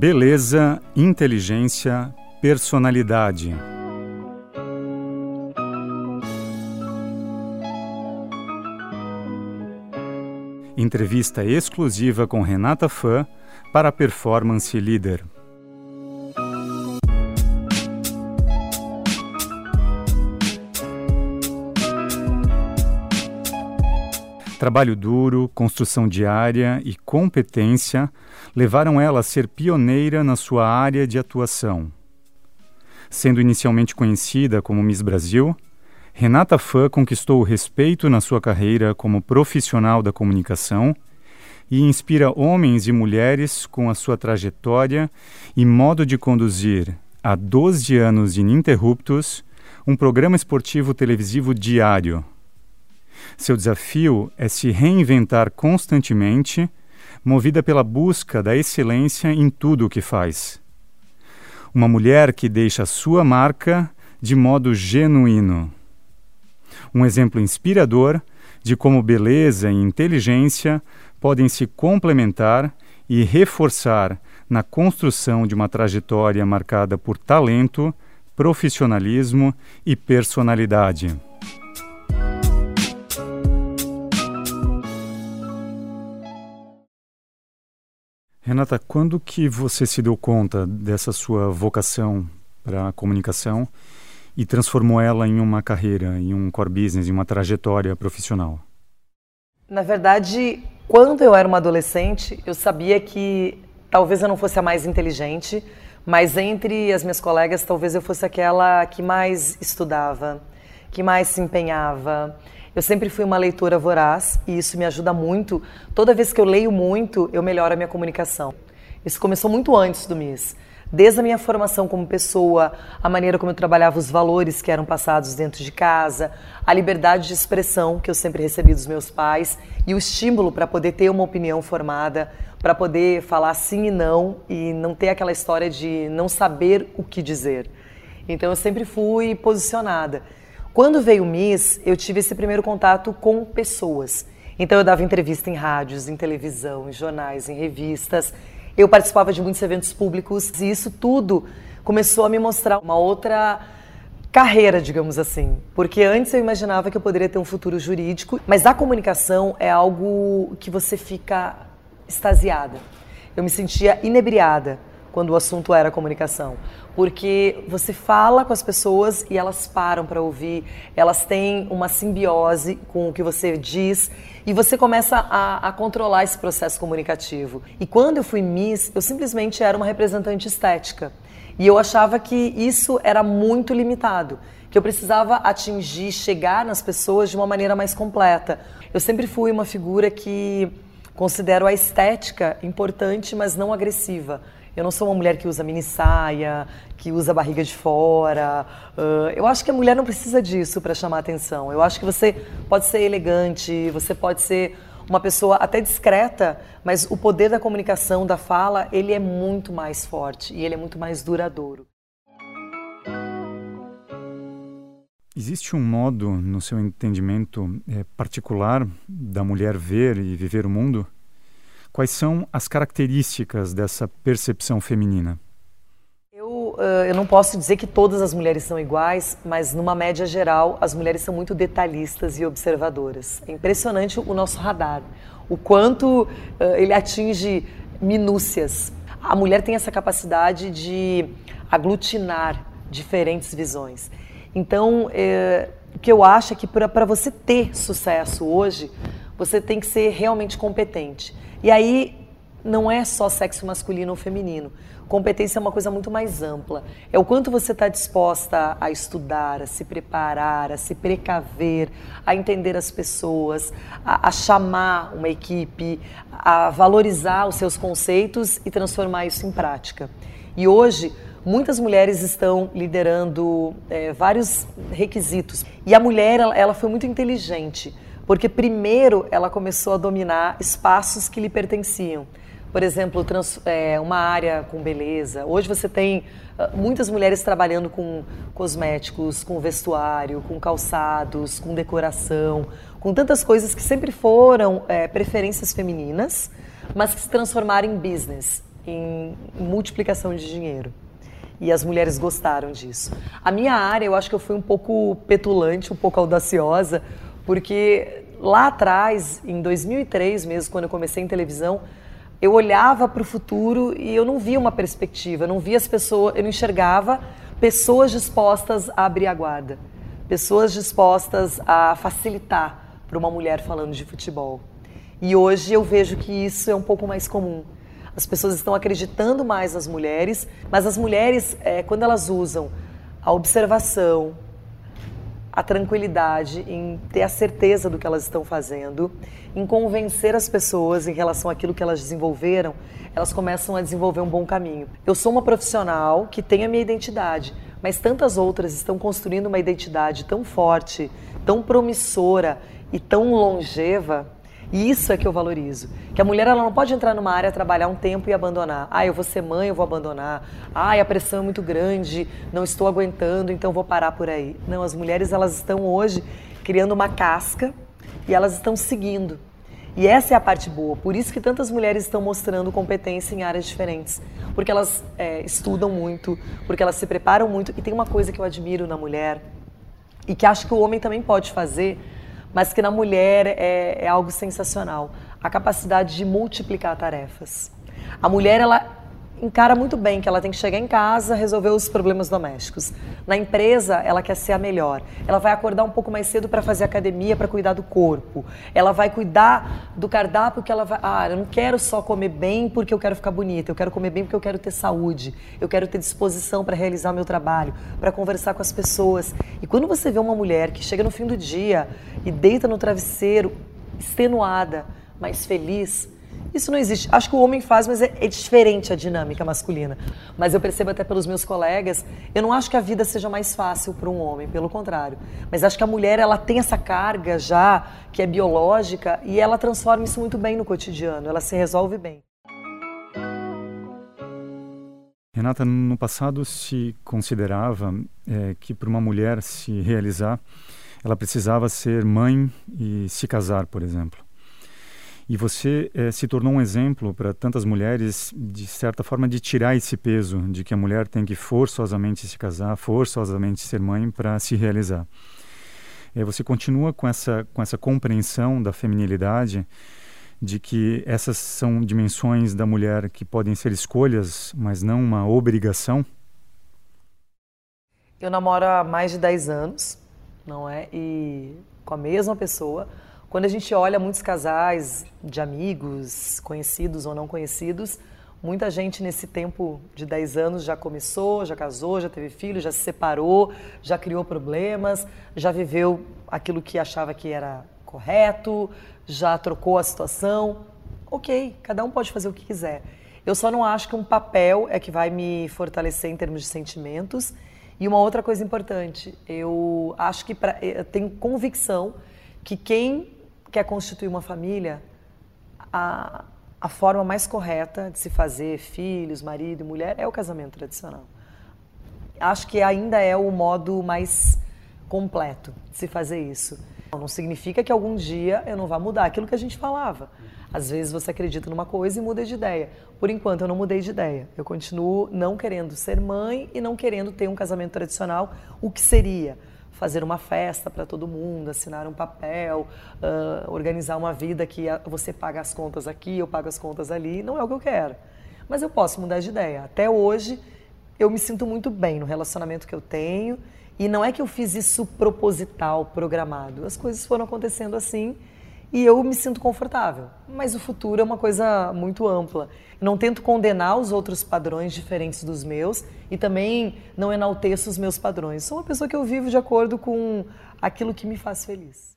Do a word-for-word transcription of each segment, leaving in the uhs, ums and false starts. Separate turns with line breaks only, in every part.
Beleza, inteligência, personalidade. Entrevista exclusiva com Renata Fã para a Performance Líder. Trabalho duro, construção diária e competência levaram ela a ser pioneira na sua área de atuação. Sendo inicialmente conhecida como Miss Brasil, Renata Fã conquistou o respeito na sua carreira como profissional da comunicação e inspira homens e mulheres com a sua trajetória e modo de conduzir, há doze anos ininterruptos, um programa esportivo televisivo diário. Seu desafio é se reinventar constantemente, movida pela busca da excelência em tudo o que faz. Uma mulher que deixa sua marca de modo genuíno. Um exemplo inspirador de como beleza e inteligência podem se complementar e reforçar na construção de uma trajetória marcada por talento, profissionalismo e personalidade. Renata, quando que você se deu conta dessa sua vocação para a comunicação e transformou ela em uma carreira, em um core business, em uma trajetória profissional?
Na verdade, quando eu era uma adolescente, eu sabia que talvez eu não fosse a mais inteligente, mas entre as minhas colegas talvez eu fosse aquela que mais estudava, que mais se empenhava. Eu sempre fui uma leitora voraz e isso me ajuda muito. Toda vez que eu leio muito, eu melhoro a minha comunicação. Isso começou muito antes do Miss. Desde a minha formação como pessoa, a maneira como eu trabalhava os valores que eram passados dentro de casa, a liberdade de expressão que eu sempre recebi dos meus pais e o estímulo para poder ter uma opinião formada, para poder falar sim e não e não ter aquela história de não saber o que dizer. Então eu sempre fui posicionada. Quando veio o Miss, eu tive esse primeiro contato com pessoas. Então eu dava entrevista em rádios, em televisão, em jornais, em revistas. Eu participava de muitos eventos públicos e isso tudo começou a me mostrar uma outra carreira, digamos assim. Porque antes eu imaginava que eu poderia ter um futuro jurídico, mas a comunicação é algo que você fica extasiada. Eu me sentia inebriada quando o assunto era comunicação, porque você fala com as pessoas e elas param para ouvir, elas têm uma simbiose com o que você diz e você começa a, a controlar esse processo comunicativo. E quando eu fui Miss, eu simplesmente era uma representante estética e eu achava que isso era muito limitado, que eu precisava atingir, chegar nas pessoas de uma maneira mais completa. Eu sempre fui uma figura que considero a estética importante, mas não agressiva. Eu não sou uma mulher que usa mini saia, que usa barriga de fora. Uh, eu acho que a mulher não precisa disso para chamar atenção. Eu acho que você pode ser elegante, você pode ser uma pessoa até discreta, mas o poder da comunicação, da fala, ele é muito mais forte e ele é muito mais duradouro.
Existe um modo, no seu entendimento, é, particular da mulher ver e viver o mundo? Quais são as características dessa percepção feminina?
Eu, uh, eu não posso dizer que todas as mulheres são iguais, mas numa média geral, as mulheres são muito detalhistas e observadoras. É impressionante o nosso radar, o quanto uh, ele atinge minúcias. A mulher tem essa capacidade de aglutinar diferentes visões. Então, eh, o que eu acho é que para você ter sucesso hoje, você tem que ser realmente competente. E aí, não é só sexo masculino ou feminino. Competência é uma coisa muito mais ampla. É o quanto você está disposta a estudar, a se preparar, a se precaver, a entender as pessoas, a, a chamar uma equipe, a valorizar os seus conceitos e transformar isso em prática. E hoje, muitas mulheres estão liderando é, vários requisitos. E a mulher, ela, ela foi muito inteligente. Porque primeiro ela começou a dominar espaços que lhe pertenciam. Por exemplo, trans, é, uma área com beleza. Hoje você tem uh, muitas mulheres trabalhando com cosméticos, com vestuário, com calçados, com decoração, com tantas coisas que sempre foram é, preferências femininas, mas que se transformaram em business. em multiplicação de dinheiro. E as mulheres gostaram disso. A minha área, eu acho que eu fui um pouco petulante, um pouco audaciosa, porque lá atrás, em dois mil e três mesmo, quando eu comecei em televisão, eu olhava para o futuro e eu não via uma perspectiva, eu não via as pessoas, eu não enxergava pessoas dispostas a abrir a guarda, pessoas dispostas a facilitar para uma mulher falando de futebol. E hoje eu vejo que isso é um pouco mais comum. As pessoas estão acreditando mais nas mulheres, mas as mulheres, é, quando elas usam a observação, a tranquilidade, em ter a certeza do que elas estão fazendo, em convencer as pessoas em relação àquilo que elas desenvolveram, elas começam a desenvolver um bom caminho. Eu sou uma profissional que tem a minha identidade, mas tantas outras estão construindo uma identidade tão forte, tão promissora e tão longeva. E isso é que eu valorizo. Que a mulher ela não pode entrar numa área, trabalhar um tempo e abandonar. Ah, eu vou ser mãe, eu vou abandonar. Ah, a pressão é muito grande, não estou aguentando, então vou parar por aí. Não, as mulheres elas estão hoje criando uma casca e elas estão seguindo. E essa é a parte boa. Por isso que tantas mulheres estão mostrando competência em áreas diferentes. Porque elas é, estudam muito, porque elas se preparam muito. E tem uma coisa que eu admiro na mulher e que acho que o homem também pode fazer, mas que na mulher é, é algo sensacional, a capacidade de multiplicar tarefas. A mulher, ela encara muito bem que ela tem que chegar em casa, resolver os problemas domésticos. Na empresa, ela quer ser a melhor. Ela vai acordar um pouco mais cedo para fazer academia, para cuidar do corpo. Ela vai cuidar do cardápio que ela vai... Ah, eu não quero só comer bem porque eu quero ficar bonita, eu quero comer bem porque eu quero ter saúde, eu quero ter disposição para realizar o meu trabalho, para conversar com as pessoas. E quando você vê uma mulher que chega no fim do dia e deita no travesseiro, extenuada, mas feliz, isso não existe. Acho que o homem faz, mas é, é diferente a dinâmica masculina. Mas eu percebo até pelos meus colegas, eu não acho que a vida seja mais fácil para um homem, pelo contrário. Mas acho que a mulher ela tem essa carga já, que é biológica, e ela transforma isso muito bem no cotidiano, ela se resolve bem.
Renata, no passado se considerava é, que para uma mulher se realizar, ela precisava ser mãe e se casar, por exemplo. E você eh, se tornou um exemplo para tantas mulheres, de certa forma, de tirar esse peso de que a mulher tem que forçosamente se casar, forçosamente ser mãe para se realizar. Eh, você continua com essa, com essa compreensão da feminilidade, de que essas são dimensões da mulher que podem ser escolhas, mas não uma obrigação?
Eu namoro há mais de dez anos, não é? E com a mesma pessoa. Quando a gente olha muitos casais de amigos, conhecidos ou não conhecidos, muita gente nesse tempo de dez anos já começou, já casou, já teve filho, já se separou, já criou problemas, já viveu aquilo que achava que era correto, já trocou a situação. Ok, cada um pode fazer o que quiser. Eu só não acho que um papel é que vai me fortalecer em termos de sentimentos. E uma outra coisa importante, eu acho que pra, eu tenho convicção que quem quer constituir uma família, a, a forma mais correta de se fazer filhos, marido e mulher é o casamento tradicional. Acho que ainda é o modo mais completo de se fazer isso. Não significa que algum dia eu não vá mudar aquilo que a gente falava. Às vezes você acredita numa coisa e muda de ideia. Por enquanto eu não mudei de ideia. Eu continuo não querendo ser mãe e não querendo ter um casamento tradicional, o que seria fazer uma festa para todo mundo, assinar um papel, uh, organizar uma vida que você paga as contas aqui, eu pago as contas ali, não é o que eu quero. Mas eu posso mudar de ideia. Até hoje, eu me sinto muito bem no relacionamento que eu tenho e não é que eu fiz isso proposital, programado. As coisas foram acontecendo assim e eu me sinto confortável. Mas o futuro é uma coisa muito ampla. Não tento condenar os outros padrões diferentes dos meus e também não enalteço os meus padrões. Sou uma pessoa que eu vivo de acordo com aquilo que me faz feliz.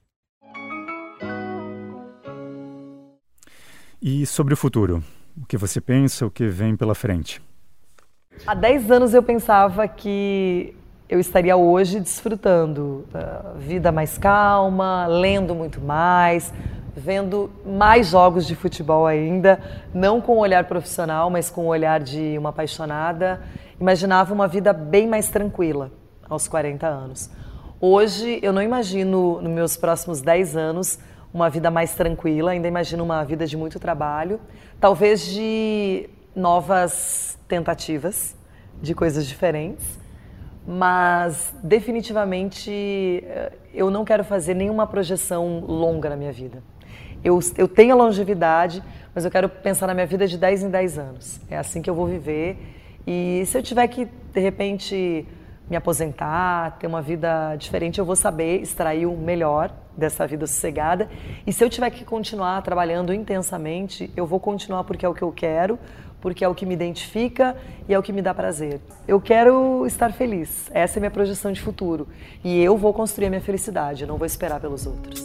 E sobre o futuro? O que você pensa, o que vem pela frente?
Há dez anos eu pensava que eu estaria hoje desfrutando da vida mais calma, lendo muito mais, vendo mais jogos de futebol ainda, não com o olhar profissional, mas com o olhar de uma apaixonada. Imaginava uma vida bem mais tranquila aos quarenta anos. Hoje eu não imagino, nos meus próximos dez anos, uma vida mais tranquila, ainda imagino uma vida de muito trabalho, talvez de novas tentativas de coisas diferentes, mas definitivamente eu não quero fazer nenhuma projeção longa na minha vida. Eu, eu tenho a longevidade, mas eu quero pensar na minha vida de dez em dez anos. É assim que eu vou viver. E se eu tiver que, de repente, me aposentar, ter uma vida diferente, eu vou saber extrair o melhor dessa vida sossegada. E se eu tiver que continuar trabalhando intensamente, eu vou continuar porque é o que eu quero, porque é o que me identifica e é o que me dá prazer. Eu quero estar feliz, essa é a minha projeção de futuro. E eu vou construir a minha felicidade, eu não vou esperar pelos outros.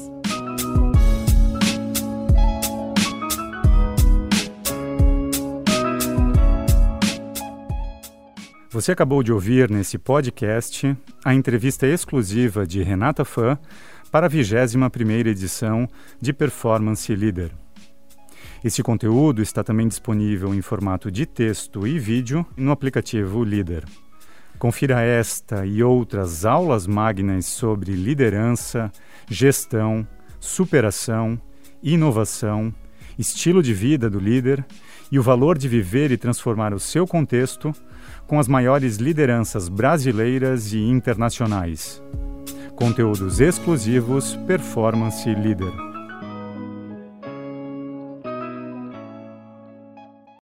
Você acabou de ouvir nesse podcast a entrevista exclusiva de Renata Fã para a vigésima primeira edição de Performance Leader. Esse conteúdo está também disponível em formato de texto e vídeo no aplicativo Leader. Confira esta e outras aulas magnas sobre liderança, gestão, superação, inovação, estilo de vida do líder e o valor de viver e transformar o seu contexto com as maiores lideranças brasileiras e internacionais. Conteúdos exclusivos Performance Leader.